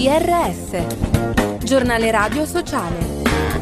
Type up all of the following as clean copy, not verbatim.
GRS, Giornale Radio Sociale.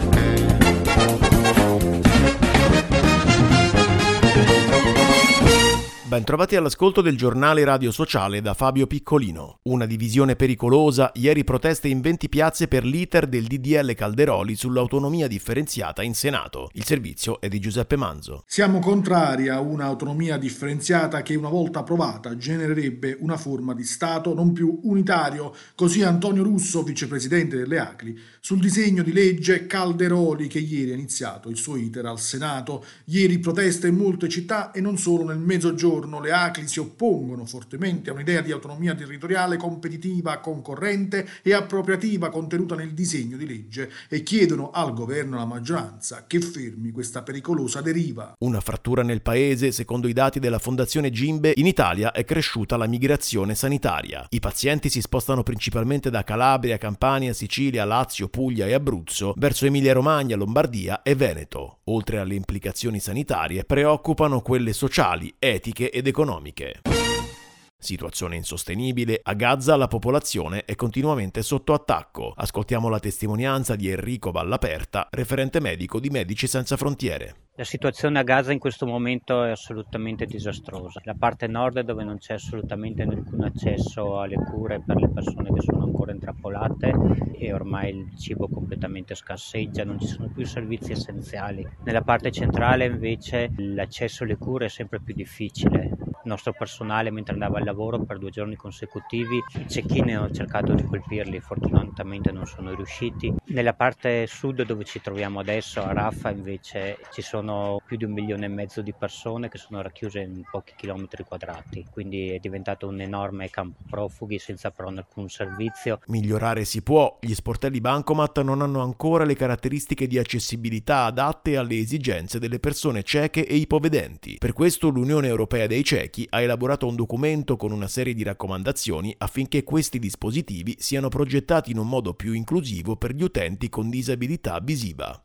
Bentrovati all'ascolto del Giornale Radio Sociale da Fabio Piccolino. Una divisione pericolosa, ieri proteste in 20 piazze per l'iter del DDL Calderoli sull'autonomia differenziata in Senato. Il servizio è di Giuseppe Manzo. Siamo contrari a un'autonomia differenziata che, una volta approvata, genererebbe una forma di Stato non più unitario. Così Antonio Russo, vicepresidente delle ACLI, sul disegno di legge Calderoli che ieri ha iniziato il suo iter al Senato. Ieri proteste in molte città e non solo nel Mezzogiorno. Le ACLI si oppongono fortemente a un'idea di autonomia territoriale competitiva, concorrente e appropriativa contenuta nel disegno di legge e chiedono al governo e alla maggioranza che fermi questa pericolosa deriva. Una frattura nel paese, secondo i dati della Fondazione Gimbe, in Italia è cresciuta la migrazione sanitaria. I pazienti si spostano principalmente da Calabria, Campania, Sicilia, Lazio, Puglia e Abruzzo verso Emilia-Romagna, Lombardia e Veneto. Oltre alle implicazioni sanitarie, preoccupano quelle sociali, etiche ed economiche. Situazione insostenibile, a Gaza la popolazione è continuamente sotto attacco. Ascoltiamo la testimonianza di Enrico Vallaperta, referente medico di Medici Senza Frontiere. La situazione a Gaza in questo momento è assolutamente disastrosa. La parte nord, dove non c'è assolutamente alcun accesso alle cure per le persone che sono ancora intrappolate e ormai il cibo completamente scarseggia, non ci sono più servizi essenziali. Nella parte centrale invece l'accesso alle cure è sempre più difficile. Il nostro personale, mentre andava al lavoro per 2 giorni consecutivi, i cecchini hanno cercato di colpirli, fortunatamente non sono riusciti. Nella parte sud, dove ci troviamo adesso, a Rafah, invece ci sono più di 1,5 milioni di persone che sono racchiuse in pochi chilometri quadrati, quindi è diventato un enorme campo profughi senza però alcun servizio. Migliorare si può, gli sportelli bancomat non hanno ancora le caratteristiche di accessibilità adatte alle esigenze delle persone cieche e ipovedenti. Per questo l'Unione Europea dei Ciechi ha elaborato un documento con una serie di raccomandazioni affinché questi dispositivi siano progettati in un modo più inclusivo per gli utenti con disabilità visiva.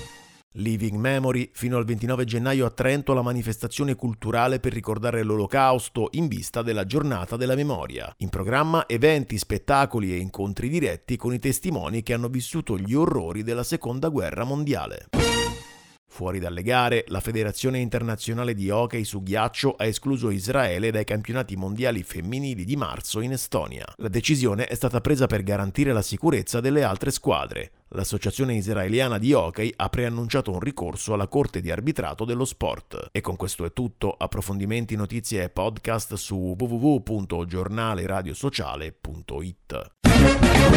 Living Memory, fino al 29 gennaio a Trento la manifestazione culturale per ricordare l'Olocausto in vista della Giornata della Memoria. In programma eventi, spettacoli e incontri diretti con i testimoni che hanno vissuto gli orrori della Seconda Guerra Mondiale. Fuori dalle gare, la Federazione Internazionale di Hockey su Ghiaccio ha escluso Israele dai campionati mondiali femminili di marzo in Estonia. La decisione è stata presa per garantire la sicurezza delle altre squadre. L'Associazione Israeliana di Hockey ha preannunciato un ricorso alla Corte di Arbitrato dello Sport. E con questo è tutto. Approfondimenti, notizie e podcast su www.giornaleradiosociale.it.